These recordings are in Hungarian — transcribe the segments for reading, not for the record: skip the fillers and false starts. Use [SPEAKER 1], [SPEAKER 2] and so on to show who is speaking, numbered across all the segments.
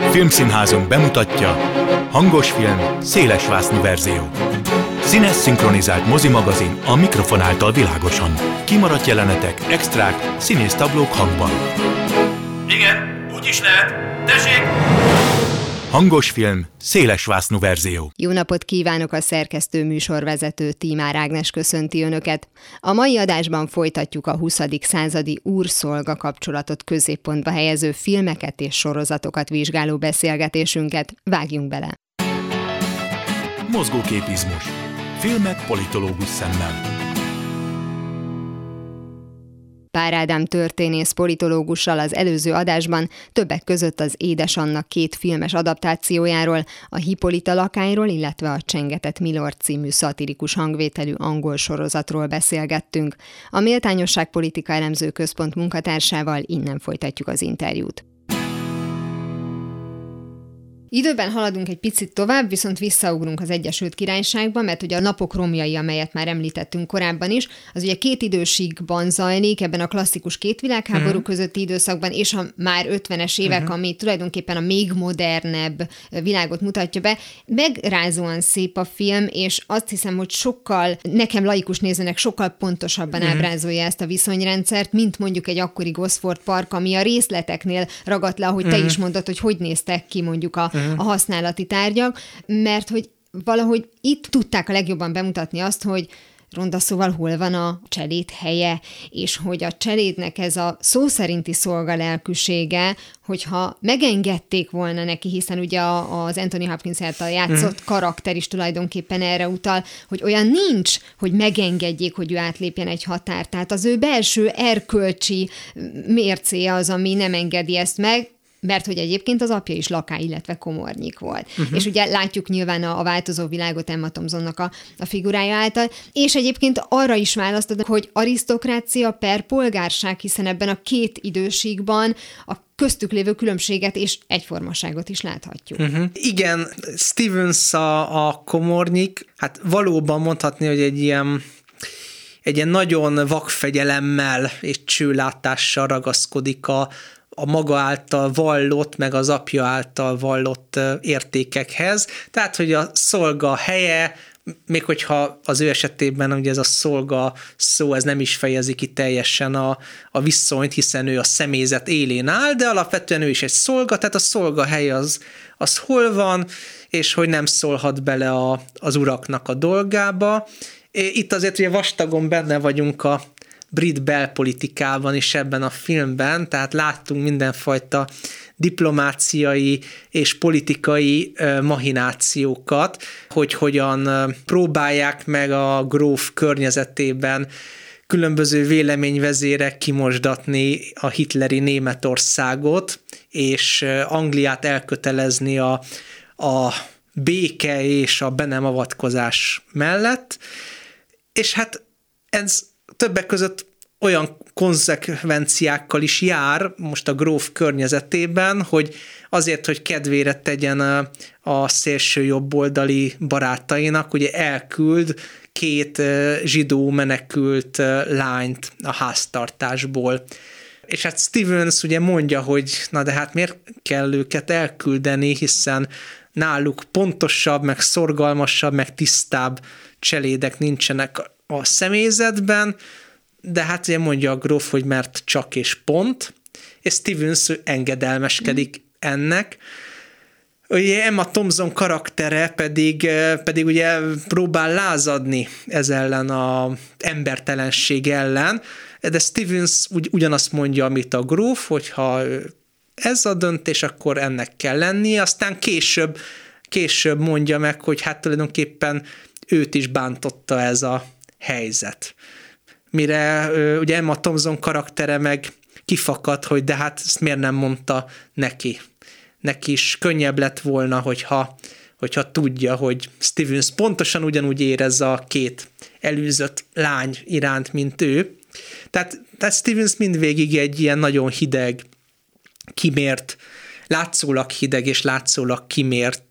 [SPEAKER 1] Filmszínházunk bemutatja hangos film, szélesvásznú verzió. Színes szinkronizált mozimagazin a mikrofon által világosan. Kimaradt jelenetek, extrák, színésztáblók hangban.
[SPEAKER 2] Igen, úgy is lehet. Tessék!
[SPEAKER 1] Hangos film, szélesvásznú verzió.
[SPEAKER 3] Jó napot kívánok, a szerkesztő műsorvezető Tímár Ágnes köszönti Önöket. A mai adásban folytatjuk a 20. századi úrszolga kapcsolatot középpontba helyező filmeket és sorozatokat vizsgáló beszélgetésünket. Vágjunk bele!
[SPEAKER 1] Mozgóképizmus. Filmek politológus szemmel.
[SPEAKER 3] Pár Ádám történész politológussal az előző adásban többek között az Édes Anna 2 filmes adaptációjáról, a Hippolyta lakályról, illetve a Csengetett Milord című szatirikus hangvételű angol sorozatról beszélgettünk. A Méltányosság Politika Elemző Központ munkatársával innen folytatjuk az interjút. Időben haladunk egy picit tovább, viszont visszaugrunk az Egyesült Királyságba, mert ugye a Napok romjai, amelyet már említettünk korábban is, az ugye 2 időségben zajlik, ebben a klasszikus 2 világháború közötti időszakban, és a már 50-es évek, ami tulajdonképpen a még modernebb világot mutatja be. Megrázóan szép a film, és azt hiszem, hogy sokkal, nekem laikus nézőnek sokkal pontosabban ábrázolja ezt a viszonyrendszert, mint mondjuk egy akkori Gosford Park, ami a részleteknél ragadt le, ahogy te is mondtad, hogy néztek ki mondjuk a használati tárgyak, mert hogy valahogy itt tudták a legjobban bemutatni azt, hogy ronda szóval hol van a cseléd helye, és hogy a cselédnek ez a szó szerinti szolgalelkűsége, hogyha megengedték volna neki, hiszen ugye az Anthony Hopkins által játszott karakter is tulajdonképpen erre utal, hogy olyan nincs, hogy megengedjék, hogy ő átlépjen egy határt. Tehát az ő belső erkölcsi mércéje az, ami nem engedi ezt meg, mert hogy egyébként az apja is lakály, illetve komornyik volt. És ugye látjuk nyilván a változó világot Emma Thompsonnak a figurája által, és egyébként arra is választod, hogy arisztokrácia per polgárság, hiszen ebben a 2 időségben a köztük lévő különbséget és egyformaságot is láthatjuk.
[SPEAKER 4] Igen, Stevens a komornyik, hát valóban mondhatni, hogy egy ilyen nagyon vakfegyelemmel és csőlátással ragaszkodik a maga által vallott, meg az apja által vallott értékekhez. Tehát, hogy a szolga helye, még hogyha az ő esetében ugye ez a szolga szó, ez nem is fejezi ki teljesen a viszonyt, hiszen ő a személyzet élén áll, de alapvetően ő is egy szolga, tehát a szolga hely az hol van, és hogy nem szólhat bele az uraknak a dolgába. Itt azért ugye vastagon benne vagyunk a brit belpolitikában is ebben a filmben, tehát láttunk mindenfajta diplomáciai és politikai mahinációkat, hogy hogyan próbálják meg a gróf környezetében különböző véleményvezérek kimosdatni a hitleri Németországot, és Angliát elkötelezni a béke és a be nem avatkozás mellett. És hát ez többek között olyan konzekvenciákkal is jár most a gróf környezetében, hogy azért, hogy kedvére tegyen a szélső jobboldali barátainak, ugye elküld 2 zsidó menekült lányt a háztartásból. És hát Stevens ugye mondja, hogy na de hát miért kell őket elküldeni, hiszen náluk pontosabb, meg szorgalmasabb, meg tisztább cselédek nincsenek a személyzetben, de hát ugye mondja a gróf, hogy mert csak és pont, és Stevens engedelmeskedik ennek. Ugye Emma Thompson karaktere pedig ugye próbál lázadni ez ellen az embertelenség ellen, de Stevens ugyanazt mondja, amit a gróf, hogyha ez a döntés, akkor ennek kell lennie, aztán később mondja meg, hogy hát tulajdonképpen őt is bántotta ez a helyzet. Mire ugye Emma Thompson karaktere meg kifakad, hogy de hát ezt miért nem mondta neki. Neki is könnyebb lett volna, hogyha tudja, hogy Stevens pontosan ugyanúgy érez a 2 elűzött lány iránt, mint ő. Tehát Stevens mindvégig egy ilyen nagyon hideg, kimért, látszólag hideg és látszólag kimért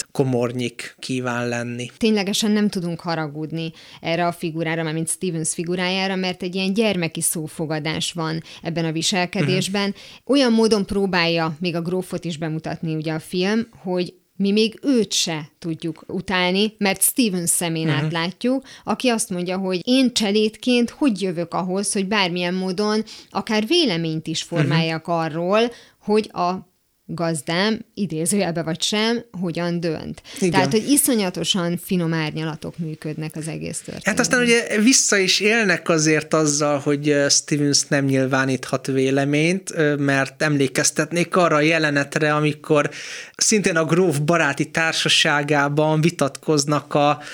[SPEAKER 4] komornyik kíván lenni.
[SPEAKER 3] Ténylegesen nem tudunk haragudni erre a figurára, mármint Stevens figurájára, mert egy ilyen gyermeki szófogadás van ebben a viselkedésben. Olyan módon próbálja még a grófot is bemutatni ugye a film, hogy mi még őt se tudjuk utálni, mert Stevens szemén átlátjuk, aki azt mondja, hogy én cselédként hogy jövök ahhoz, hogy bármilyen módon akár véleményt is formáljak arról, hogy a gazdám, idézőjelbe vagy sem, hogyan dönt. Igen. Tehát, hogy iszonyatosan finom árnyalatok működnek az egész történetben.
[SPEAKER 4] Hát aztán ugye vissza is élnek azért azzal, hogy Stevens nem nyilváníthat véleményt, mert emlékeztetnék arra a jelenetre, amikor szintén a gróf baráti társaságában vitatkoznak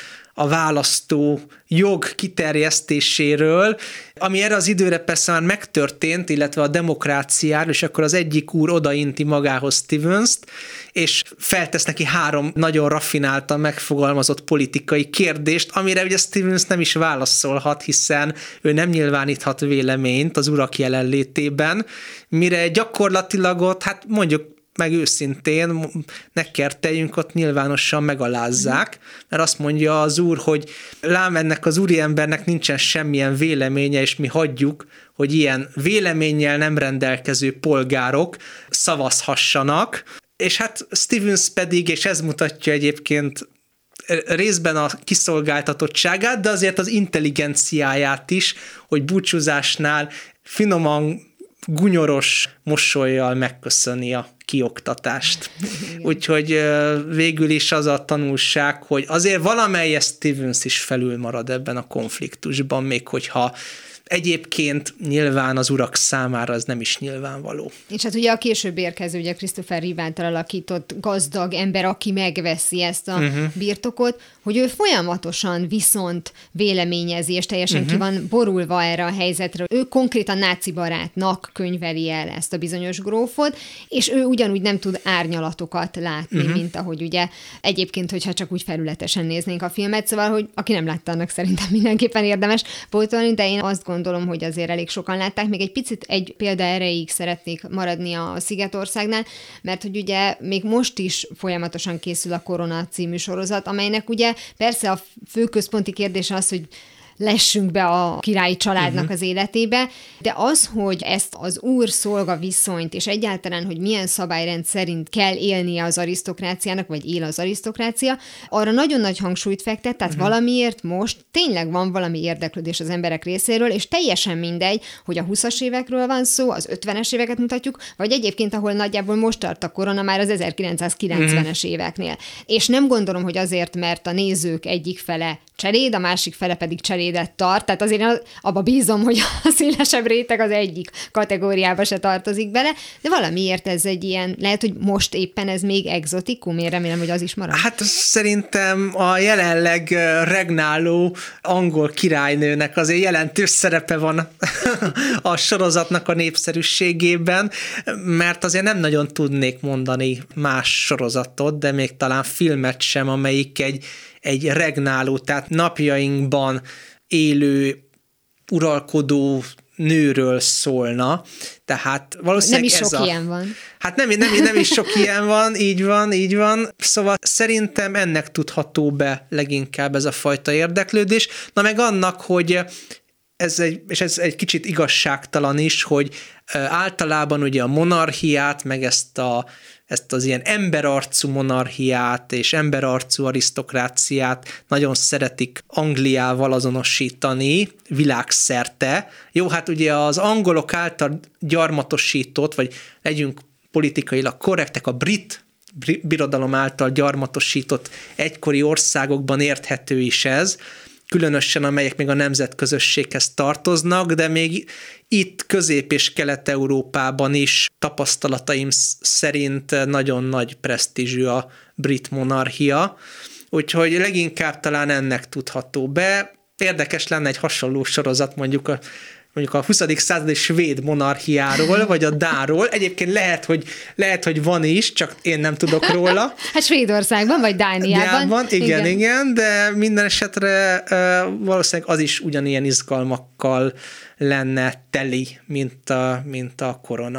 [SPEAKER 4] a választó jog kiterjesztéséről, ami erre az időre persze már megtörtént, illetve a demokráciáról, és akkor az egyik úr odainti magához Stevenst, és feltesz neki 3 nagyon raffináltan megfogalmazott politikai kérdést, amire ugye Stevens nem is válaszolhat, hiszen ő nem nyilváníthat véleményt az urak jelenlétében, mire gyakorlatilag ott, hát mondjuk meg őszintén nekerteljünk, ott nyilvánosan megalázzák, mert azt mondja az úr, hogy lám ennek az úriembernek nincsen semmilyen véleménye, és mi hagyjuk, hogy ilyen véleménnyel nem rendelkező polgárok szavazhassanak, és hát Stevens pedig, és ez mutatja egyébként részben a kiszolgáltatottságát, de azért az intelligenciáját is, hogy búcsúzásnál finoman gunyoros mosollyal megköszöni a kioktatást. Úgyhogy végül is az a tanulság, hogy azért valamelyes Stevens is felül marad ebben a konfliktusban, még hogyha egyébként nyilván az urak számára ez nem is nyilvánvaló.
[SPEAKER 3] És hát ugye a később érkező, ugye Christopher Reeve által alakított gazdag ember, aki megveszi ezt a birtokot, hogy ő folyamatosan viszont véleményezi, és teljesen ki van borulva erre a helyzetre. Ő konkrétan náci barátnak könyveli el ezt a bizonyos grófot, és ő ugyanúgy nem tud árnyalatokat látni, mint ahogy ugye egyébként, hogyha csak úgy felületesen néznénk a filmet, szóval, hogy aki nem látta, annak szerintem mindenképpen érdemes pótolni, de én azt gondolom, hogy azért elég sokan látták. Még egy picit egy példa erejéig szeretnék maradni a Szigetországnál, mert hogy ugye még most is folyamatosan készül a Korona című sorozat, amelynek ugye persze a fő központi kérdés az, hogy lessünk be a királyi családnak az életébe, de az, hogy ezt az úr-szolga viszonyt, és egyáltalán, hogy milyen szabályrend szerint kell élnie az arisztokráciának, vagy él az arisztokrácia, arra nagyon nagy hangsúlyt fektet, tehát valamiért most tényleg van valami érdeklődés az emberek részéről, és teljesen mindegy, hogy a 20-as évekről van szó, az 50-es éveket mutatjuk, vagy egyébként, ahol nagyjából most tart a Korona, már az 1990-es éveknél. És nem gondolom, hogy azért, mert a nézők egyik fele cseléd, a másik fele pedig cselédet tart, tehát azért abba bízom, hogy a szélesebb réteg az egyik kategóriába se tartozik bele, de valamiért ez egy ilyen, lehet, hogy most éppen ez még egzotikum, én remélem, hogy az is marad.
[SPEAKER 4] Hát szerintem a jelenleg regnáló angol királynőnek azért jelentős szerepe van a sorozatnak a népszerűségében, mert azért nem nagyon tudnék mondani más sorozatot, de még talán filmet sem, amelyik egy regnáló, tehát napjainkban élő, uralkodó nőről szólna, tehát valószínűleg
[SPEAKER 3] nem is sok ilyen van.
[SPEAKER 4] Hát nem is sok ilyen van, így van. Szóval szerintem ennek tudható be leginkább ez a fajta érdeklődés. Na meg annak, hogy ez egy kicsit igazságtalan is, hogy általában ugye a monarchiát, meg ezt az ilyen emberarcú monarchiát és emberarcú arisztokráciát nagyon szeretik Angliával azonosítani világszerte. Jó, hát ugye az angolok által gyarmatosított, vagy legyünk politikailag korrektek, a brit birodalom által gyarmatosított egykori országokban érthető is ez, különösen amelyek még a nemzetközösséghez tartoznak, de még itt Közép- és Kelet-Európában is tapasztalataim szerint nagyon nagy presztízsű a brit monarchia, úgyhogy leginkább talán ennek tudható be. Érdekes lenne egy hasonló sorozat mondjuk a 20. századi svéd monarchiáról, vagy a dánról. Egyébként lehet, hogy van is, csak én nem tudok róla.
[SPEAKER 3] Hát Svédországban, vagy Dániában.
[SPEAKER 4] Igen, de minden esetre valószínűleg az is ugyanilyen izgalmakkal lenne teli, mint a Korona.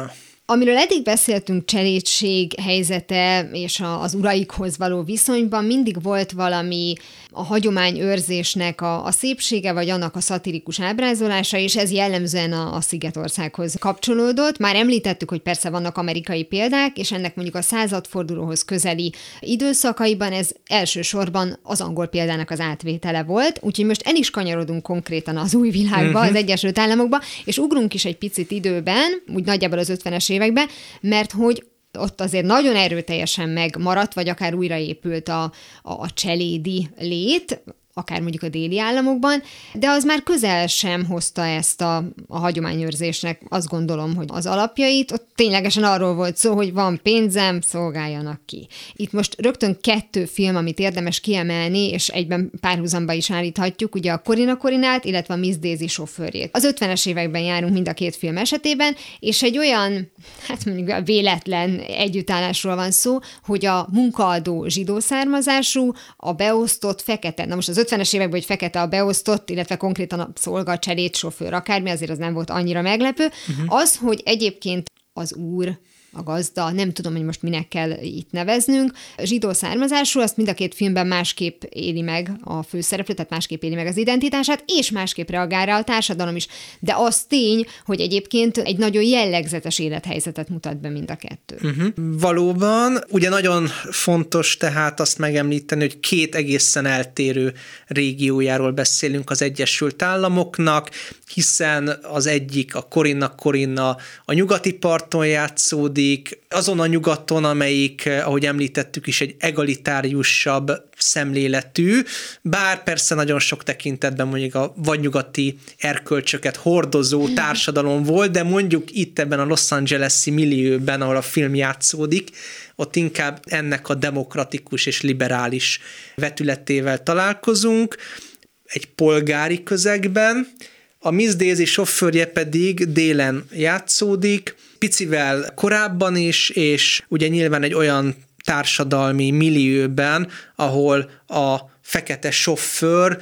[SPEAKER 3] Amiről eddig beszéltünk, cselédség helyzete és az uraikhoz való viszonyban mindig volt valami a hagyományőrzésnek a szépsége, vagy annak a szatirikus ábrázolása, és ez jellemzően a Szigetországhoz kapcsolódott. Már említettük, hogy persze vannak amerikai példák, és ennek mondjuk a századfordulóhoz közeli időszakaiban ez elsősorban az angol példának az átvétele volt, úgyhogy most el is kanyarodunk konkrétan az új világba, az Egyesült Államokba, és ugrunk is egy picit időben, úgy nagyjából az 50-es években, mert hogy ott azért nagyon erőteljesen megmaradt, vagy akár újraépült a cselédi lét, akár mondjuk a déli államokban, de az már közel sem hozta ezt a hagyományőrzésnek, azt gondolom, hogy az alapjait. Ott ténylegesen arról volt szó, hogy van pénzem, szolgáljanak ki. Itt most rögtön 2 film, amit érdemes kiemelni, és egyben párhuzamba is állíthatjuk, ugye a Corina Corinát, illetve a Miss Daisy sofőrjét. Az 50-es években járunk mind a 2 film esetében, és egy olyan, hát mondjuk véletlen együttállásról van szó, hogy a munkaadó zsidó származású, a beosztott fekete. Na most az 50-es években, hogy fekete a beosztott, illetve konkrétan a szolga, cselédsofőr, akármi, azért az nem volt annyira meglepő. Az, hogy egyébként az úr, a gazda, nem tudom, hogy most minek kell itt neveznünk, zsidó származású, azt mind a 2 filmben másképp éli meg a főszereplő, tehát másképp éli meg az identitását, és másképp reagál rá a társadalom is. De az tény, hogy egyébként egy nagyon jellegzetes élethelyzetet mutat be mind a 2.
[SPEAKER 4] Valóban, ugye nagyon fontos tehát azt megemlíteni, hogy 2 egészen eltérő régiójáról beszélünk az Egyesült Államoknak, hiszen az egyik, a Corina a nyugati parton játszódik, azon a nyugaton, amelyik, ahogy említettük is, egy egalitáriusabb szemléletű, bár persze nagyon sok tekintetben mondjuk a vadnyugati erkölcsöket hordozó társadalom volt, de mondjuk itt ebben a Los Angeles-i millióben, ahol a film játszódik, ott inkább ennek a demokratikus és liberális vetületével találkozunk, egy polgári közegben. A Miss Daisy sofőrje pedig délen játszódik, picivel korábban is, és ugye nyilván egy olyan társadalmi millióben, ahol a fekete sofőr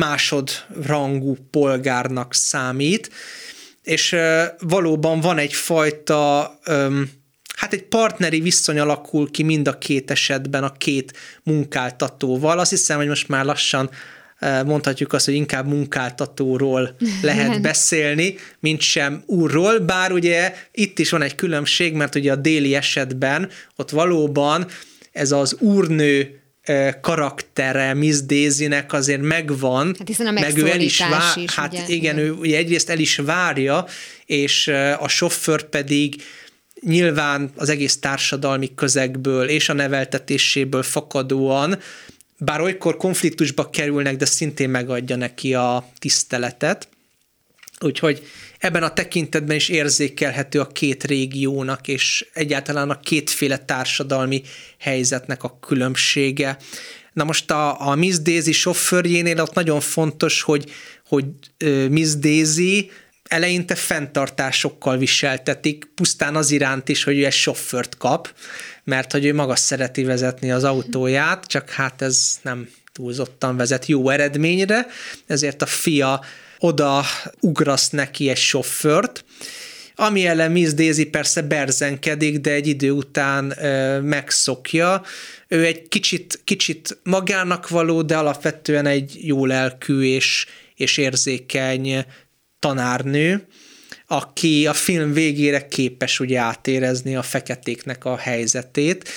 [SPEAKER 4] másodrangú polgárnak számít, és valóban van egyfajta, egy partneri viszony alakul ki mind a 2 esetben a 2 munkáltatóval. Azt hiszem, hogy most már lassan mondhatjuk azt, hogy inkább munkáltatóról lehet beszélni, mint sem úrról, bár ugye itt is van egy különbség, mert ugye a déli esetben ott valóban ez az úrnő karaktere Miss Daisy-nek azért megvan,
[SPEAKER 3] hiszen a
[SPEAKER 4] meg ő el is
[SPEAKER 3] is,
[SPEAKER 4] hát
[SPEAKER 3] ugye?
[SPEAKER 4] igen, ő ugye egyrészt el is várja, és a sofőr pedig nyilván az egész társadalmi közegből és a neveltetéséből fakadóan, bár olykor konfliktusba kerülnek, de szintén megadja neki a tiszteletet. Úgyhogy ebben a tekintetben is érzékelhető a 2 régiónak, és egyáltalán a 2 társadalmi helyzetnek a különbsége. Na most a Miss Daisy sofőrjénél ott nagyon fontos, hogy Miss Daisy eleinte fenntartásokkal viseltetik, pusztán az iránt is, hogy ő egy sofőrt kap, mert hogy ő maga szereti vezetni az autóját, csak hát ez nem túlzottan vezet jó eredményre, ezért a fia oda ugraszt neki egy sofőrt, ami ellen Miss Daisy persze berzenkedik, de egy idő után megszokja. Ő egy kicsit magának való, de alapvetően egy jó lelkű és érzékeny tanárnő, aki a film végére képes ugye átérezni a feketéknek a helyzetét.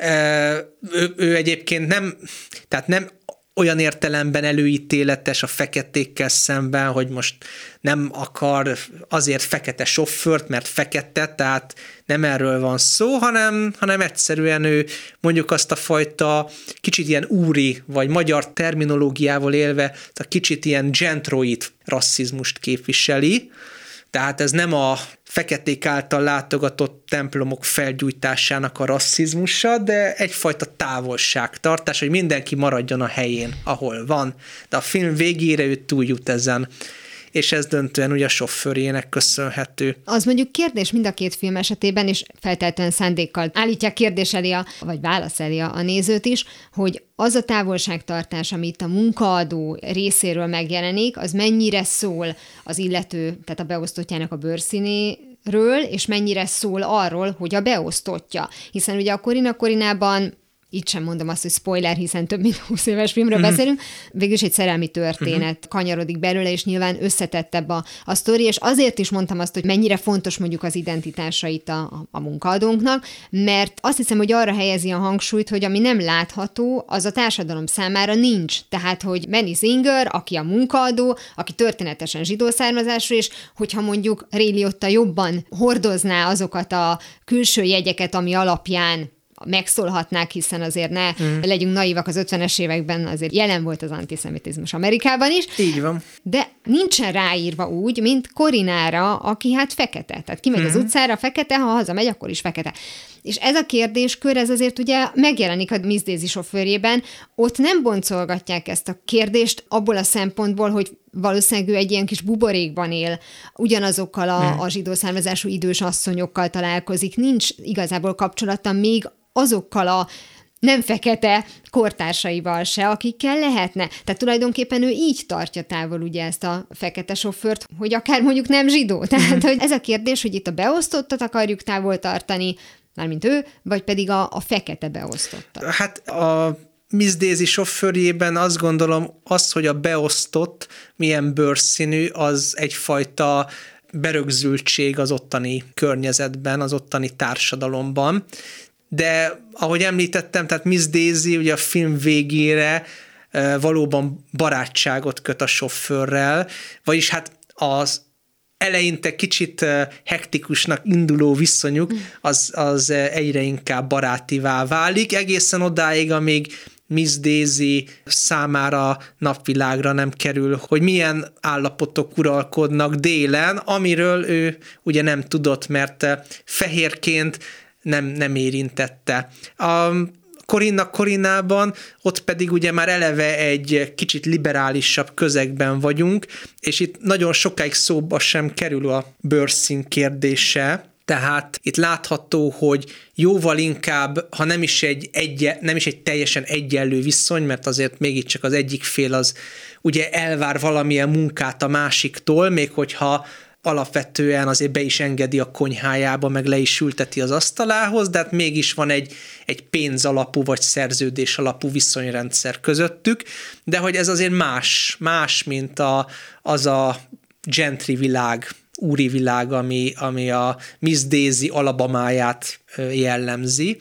[SPEAKER 4] Ő egyébként nem olyan értelemben előítéletes a feketékkel szemben, hogy most nem akar azért fekete sofőrt, mert fekete, tehát nem erről van szó, hanem egyszerűen ő mondjuk azt a fajta kicsit ilyen úri, vagy magyar terminológiával élve, a kicsit ilyen gentroid rasszizmust képviseli, tehát ez nem a feketék által látogatott templomok felgyújtásának a rasszizmusa, de egyfajta távolságtartás, hogy mindenki maradjon a helyén, ahol van. De a film végére ő túljut ezen, és ez döntően ugye a sofőrjének köszönhető.
[SPEAKER 3] Az mondjuk kérdés mind a 2 film esetében, és feltétlenül szándékkal állítják kérdés elé, vagy válasz elé a nézőt is, hogy az a távolságtartás, amit a munkaadó részéről megjelenik, az mennyire szól az illető, tehát a beosztottjának a bőrszínéről, Corinnáról, és mennyire szól arról, hogy a beosztottja. Hiszen ugye a Corinna-Corinában, itt sem mondom azt, hogy spoiler, hiszen több mint 20 éves filmről beszélünk, végülis egy szerelmi történet kanyarodik belőle, és nyilván összetettebb a sztori, és azért is mondtam azt, hogy mennyire fontos mondjuk az identitásait a munkaadónknak, mert azt hiszem, hogy arra helyezi a hangsúlyt, hogy ami nem látható, az a társadalom számára nincs. Tehát, hogy Manny Singer, aki a munkaadó, aki történetesen zsidó származású, és hogyha mondjuk Ray Liotta jobban hordozná azokat a külső jegyeket, ami alapján megszólhatnák, hiszen azért ne legyünk naívak, az 50-es években azért jelen volt az antiszemitizmus Amerikában is.
[SPEAKER 4] Így van.
[SPEAKER 3] De nincsen ráírva úgy, mint Corinnára, aki hát fekete. Tehát kimegy az utcára fekete, ha hazamegy, akkor is fekete. És ez a kérdéskör, ez azért ugye megjelenik a Miss Daisy sofőrjében, ott nem boncolgatják ezt a kérdést abból a szempontból, hogy valószínűleg ő egy ilyen kis buborékban él, ugyanazokkal a zsidó származású idős asszonyokkal találkozik, nincs igazából kapcsolata még azokkal a nem fekete kortársaival se, akikkel lehetne. Tehát tulajdonképpen ő így tartja távol ugye ezt a fekete sofőrt, hogy akár mondjuk nem zsidó. Tehát hogy ez a kérdés, hogy itt a beosztottat akarjuk távol tartani, mármint ő, vagy pedig a fekete beosztottat.
[SPEAKER 4] Hát a Miss Daisy sofőrjében azt gondolom, az, hogy a beosztott milyen bőrszínű, az egyfajta berögzültség az ottani környezetben, az ottani társadalomban. De ahogy említettem, tehát Miss Daisy ugye a film végére valóban barátságot köt a sofőrrel, vagyis hát az eleinte kicsit hektikusnak induló viszonyuk, az egyre inkább barátivá válik, egészen odáig, amíg Miss Daisy számára napvilágra nem kerül, hogy milyen állapotok uralkodnak délen, amiről ő ugye nem tudott, mert fehérként nem érintette. A Corinna-Corinnában ott pedig ugye már eleve egy kicsit liberálisabb közegben vagyunk, és itt nagyon sokáig szóba sem kerül a bőrszín kérdése, tehát itt látható, hogy jóval inkább, ha nem is egy teljesen egyenlő viszony, mert azért mégiscsak az egyik fél az ugye elvár valamilyen munkát a másiktól, még hogyha alapvetően azért be is engedi a konyhájába, meg le is ülteti az asztalához, de hát mégis van egy pénzalapú vagy szerződés alapú viszonyrendszer közöttük, de hogy ez azért más mint az a gentry világ, úri világ, ami a Miss Daisy Alabamáját jellemzi.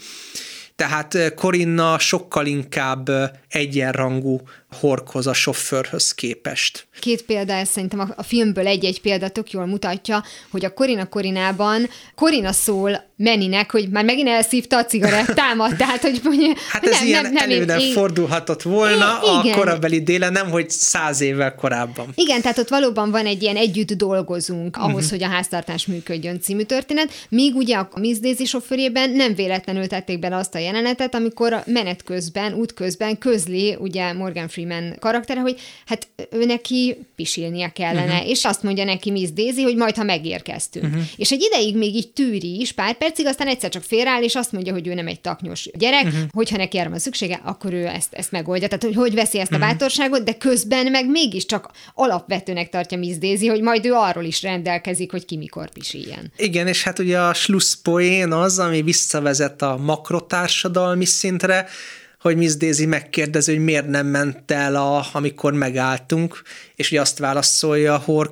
[SPEAKER 4] Tehát Corinna sokkal inkább egyenrangú horkhoz a sofőrhöz képest.
[SPEAKER 3] Két példa, szerintem a filmből egy-egy példa tök jól mutatja, hogy a Corinna-Corinnában Corinna szól Mannynek, hogy már megint elszívta a cigarettámat, tehát hogy mondja,
[SPEAKER 4] hát ez nem fordulhatott volna a korabeli délen, nem hogy 100 évvel korábban.
[SPEAKER 3] Igen, tehát ott valóban van egy ilyen együtt dolgozunk ahhoz, hogy a háztartás működjön című történet, míg ugye a Miss Daisy sofőrjében nem véletlenül tették bele azt a jelenetet, amikor menet közben, útközben közli ugye Morgan Freeman karaktere, hogy hát ő neki pisilnie kellene, és azt mondja neki Miss Daisy, hogy majd, ha megérkeztünk. És egy ideig még így tűri is, pár percig, aztán egyszer csak félreáll, és azt mondja, hogy ő nem egy taknyos gyerek, hogyha neki erre van szüksége, akkor ő ezt megoldja. Tehát, hogy veszi ezt a bátorságot, de közben meg mégiscsak alapvetőnek tartja Miss Daisy, hogy majd ő arról is rendelkezik, hogy ki mikor pisiljen.
[SPEAKER 4] Igen, és hát ugye a slusszpoén az, ami visszavezet a makrotársadalmi szintre, hogy Miss Daisy megkérdezi, hogy miért nem ment el, amikor megálltunk, és ugye azt válaszolja a Hork,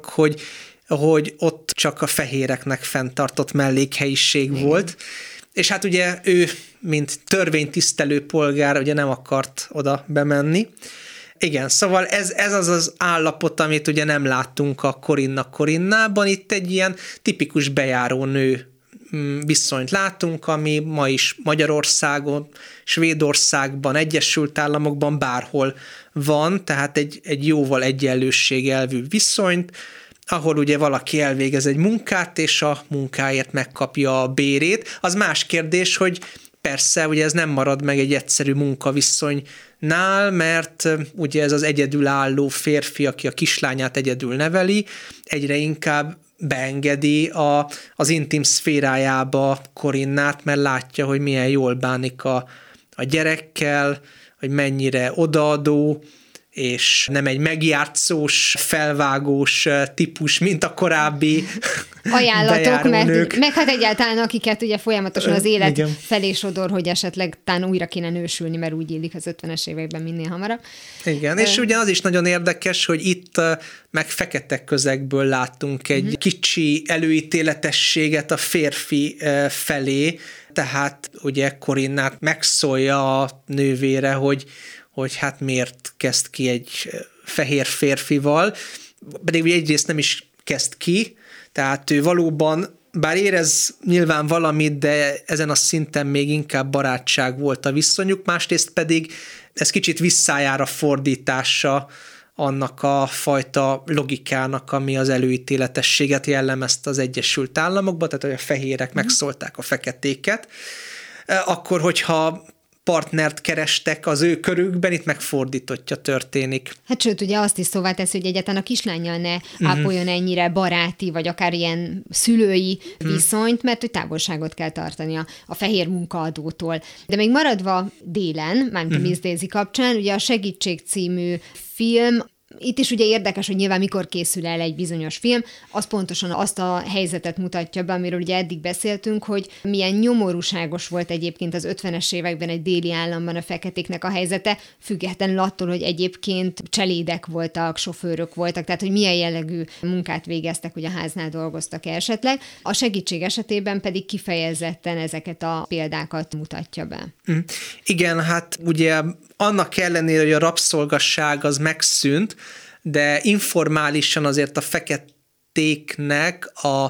[SPEAKER 4] hogy ott csak a fehéreknek fenntartott mellékhelyiség volt, és hát ugye ő, mint törvénytisztelő polgár, ugye nem akart oda bemenni. Igen, szóval ez az állapot, amit ugye nem láttunk a Corinna-Corinnában, itt egy ilyen tipikus bejárónő viszonyt látunk, ami ma is Magyarországon, Svédországban, Egyesült Államokban bárhol van, tehát egy jóval egyenlőségelvű viszonyt, ahol ugye valaki elvégez egy munkát, és a munkáért megkapja a bérét. Az más kérdés, hogy persze ugye ez nem marad meg egy egyszerű munkaviszonynál, mert ugye ez az egyedülálló férfi, aki a kislányát egyedül neveli, egyre inkább beengedi az intim szférájába Corinnát, mert látja, hogy milyen jól bánik a gyerekkel, hogy mennyire odaadó, és nem egy megjátszós, felvágós típus, mint a korábbi
[SPEAKER 3] ajánlatok, meg hát egyáltalán akiket ugye folyamatosan az élet felé sodor, hogy esetleg tán újra kéne nősülni, mert úgy illik az 50-es években minél hamarabb.
[SPEAKER 4] Igen, és ugye az is nagyon érdekes, hogy itt meg fekete közegből láttunk egy kicsi előítéletességet a férfi felé, tehát ugye Corinnát megszólja a nővére, hogy hát miért kezd ki egy fehér férfival, pedig ugye egyrészt nem is kezd ki, tehát ő valóban, bár érez nyilván valamit, de ezen a szinten még inkább barátság volt a viszonyuk, másrészt pedig ez kicsit visszájár a fordítása annak a fajta logikának, ami az előítéletességet jellemezte az Egyesült Államokban, tehát hogy a fehérek megszólták a feketéket, akkor, hogyha partnert kerestek az ő körükben, itt megfordítottja történik.
[SPEAKER 3] Hát sőt, ugye azt is szóvá teszi, hogy egyáltalán a kislánnyal ne ápoljon ennyire baráti, vagy akár ilyen szülői viszonyt, mert hogy távolságot kell tartani a fehér munkaadótól. De még maradva délen, mármint a Miss Daisy kapcsán, ugye a Segítség című film, itt is ugye érdekes, hogy nyilván mikor készül el egy bizonyos film, az pontosan azt a helyzetet mutatja be, amiről ugye eddig beszéltünk, hogy milyen nyomorúságos volt egyébként az 50-es években egy déli államban a feketéknek a helyzete, függetlenül attól, hogy egyébként cselédek voltak, sofőrök voltak, tehát hogy milyen jellegű munkát végeztek, hogy a háznál dolgoztak esetleg. A Segítség esetében pedig kifejezetten ezeket a példákat mutatja be.
[SPEAKER 4] Igen, hát ugye annak ellenére, hogy a rabszolgasság az megszűnt, de informálisan azért a feketéknek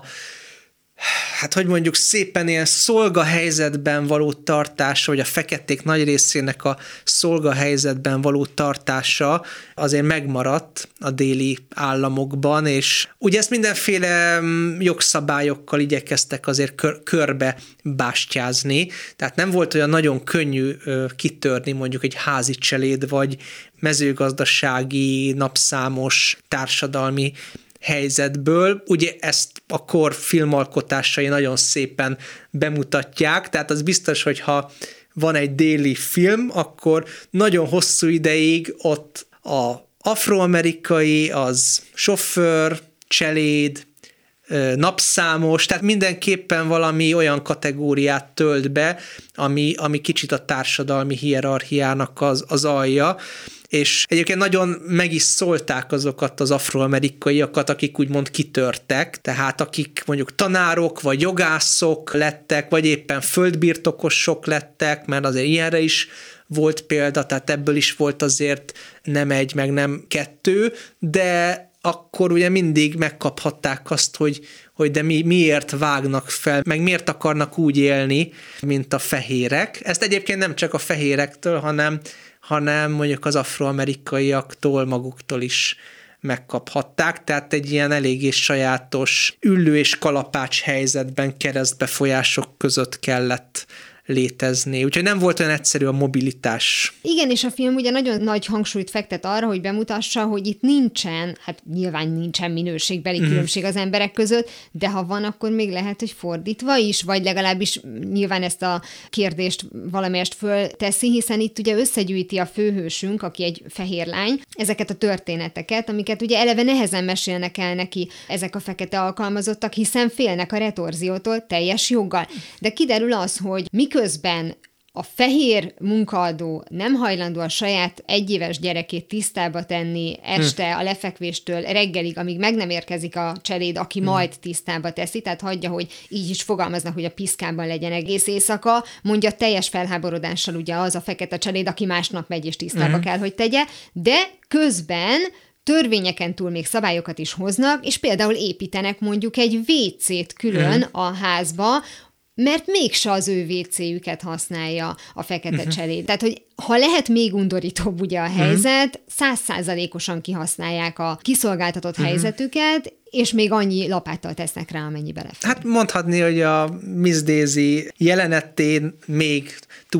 [SPEAKER 4] hát hogy mondjuk szépen ilyen szolgahelyzetben való tartása, vagy a feketék nagy részének a szolgahelyzetben való tartása azért megmaradt a déli államokban, és ugye ezt mindenféle jogszabályokkal igyekeztek azért körbe bástyázni, tehát nem volt olyan nagyon könnyű kitörni mondjuk egy házi cseléd, vagy mezőgazdasági, napszámos, társadalmi helyzetből. Ugye ezt a kor filmalkotásai nagyon szépen bemutatják, tehát az biztos, hogy ha van egy déli film, akkor nagyon hosszú ideig ott az afroamerikai, az sofőr, cseléd, napszámos, tehát mindenképpen valami olyan kategóriát tölt be, ami kicsit a társadalmi hierarchiának az alja, és egyébként nagyon meg is szólták azokat az afroamerikaiakat, akik úgymond kitörtek, tehát akik mondjuk tanárok, vagy jogászok lettek, vagy éppen földbirtokosok lettek, mert azért ilyenre is volt példa, tehát ebből is volt azért nem egy, meg nem kettő, de akkor ugye mindig megkaphatták azt, hogy de miért vágnak fel, meg miért akarnak úgy élni, mint a fehérek. Ezt egyébként nem csak a fehérektől, hanem mondjuk az afroamerikaiaktól maguktól is megkaphatták, tehát egy ilyen eléggé sajátos üllő és kalapács helyzetben keresztbefolyások között kellett létezni. Úgyhogy nem volt olyan egyszerű a mobilitás.
[SPEAKER 3] Igen, és a film ugye nagyon nagy hangsúlyt fektet arra, hogy bemutassa, hogy itt nincsen, hát nyilván nincsen minőségbeli különbség az emberek között, de ha van, akkor még lehet, hogy fordítva is, vagy legalábbis nyilván ezt a kérdést valamelyest fölteszi, hiszen itt ugye összegyűjti a főhősünk, aki egy fehér lány, ezeket a történeteket, amiket ugye eleve nehezen mesélnek el neki ezek a fekete alkalmazottak, hiszen félnek a retorziótól teljes joggal. De kiderül az, hogy miközben a fehér munkaadó nem hajlandó a saját egyéves gyerekét tisztába tenni este a lefekvéstől reggelig, amíg meg nem érkezik a cseléd, aki majd tisztába teszi, tehát hagyja, hogy így is fogalmaznak, hogy a piszkában legyen egész éjszaka, mondja teljes felháborodással ugye az a fekete cseléd, aki másnap megy és tisztába kell, hogy tegye, de közben törvényeken túl még szabályokat is hoznak, és például építenek mondjuk egy WC-t külön a házba, mert mégse az ő WC-jüket használja a fekete cseléd. Tehát, hogy ha lehet még undorítóbb ugye a helyzet, 100%-osan kihasználják a kiszolgáltatott helyzetüket, és még annyi lapáttal tesznek rá, amennyi belefér.
[SPEAKER 4] Hát mondhatni, hogy a Miss Daisy jelenetén még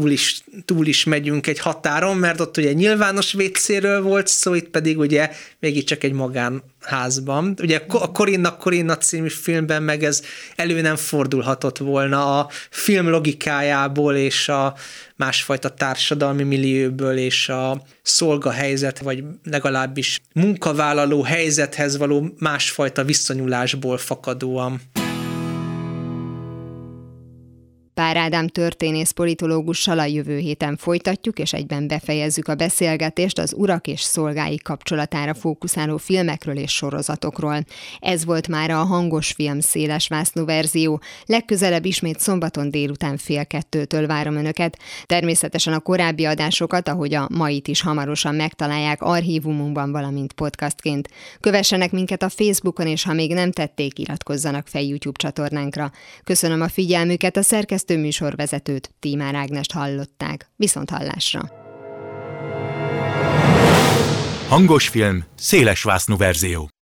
[SPEAKER 4] túl is megyünk egy határon, mert ott ugye nyilvános WC-ről volt szó, itt pedig ugye mégiscsak egy magán házban. Ugye a Corinna című filmben meg ez elő nem fordulhatott volna a film logikájából és a másfajta társadalmi millióból és a szolgahelyzet, vagy legalábbis munkavállaló helyzethez való másfajta viszonyulásból fakadóan.
[SPEAKER 3] Pár Ádám történész politológussal a jövő héten folytatjuk, és egyben befejezzük a beszélgetést az urak és szolgái kapcsolatára fókuszáló filmekről és sorozatokról. Ez volt már a Hangos Film szélesvásznú verzió. Legközelebb ismét szombaton délután 1:30-től várom Önöket. Természetesen a korábbi adásokat, ahogy a mait is hamarosan megtalálják archívumunkban, valamint podcastként. Kövessenek minket a Facebookon, és ha még nem tették, iratkozzanak fel YouTube csatornánkra. Köszönöm a figyelmüket, a szerkesztő műsorvezetőt, Tímár Ágnest hallották. Viszonthallásra!
[SPEAKER 1] Hangos Film szélesvásznú verzió.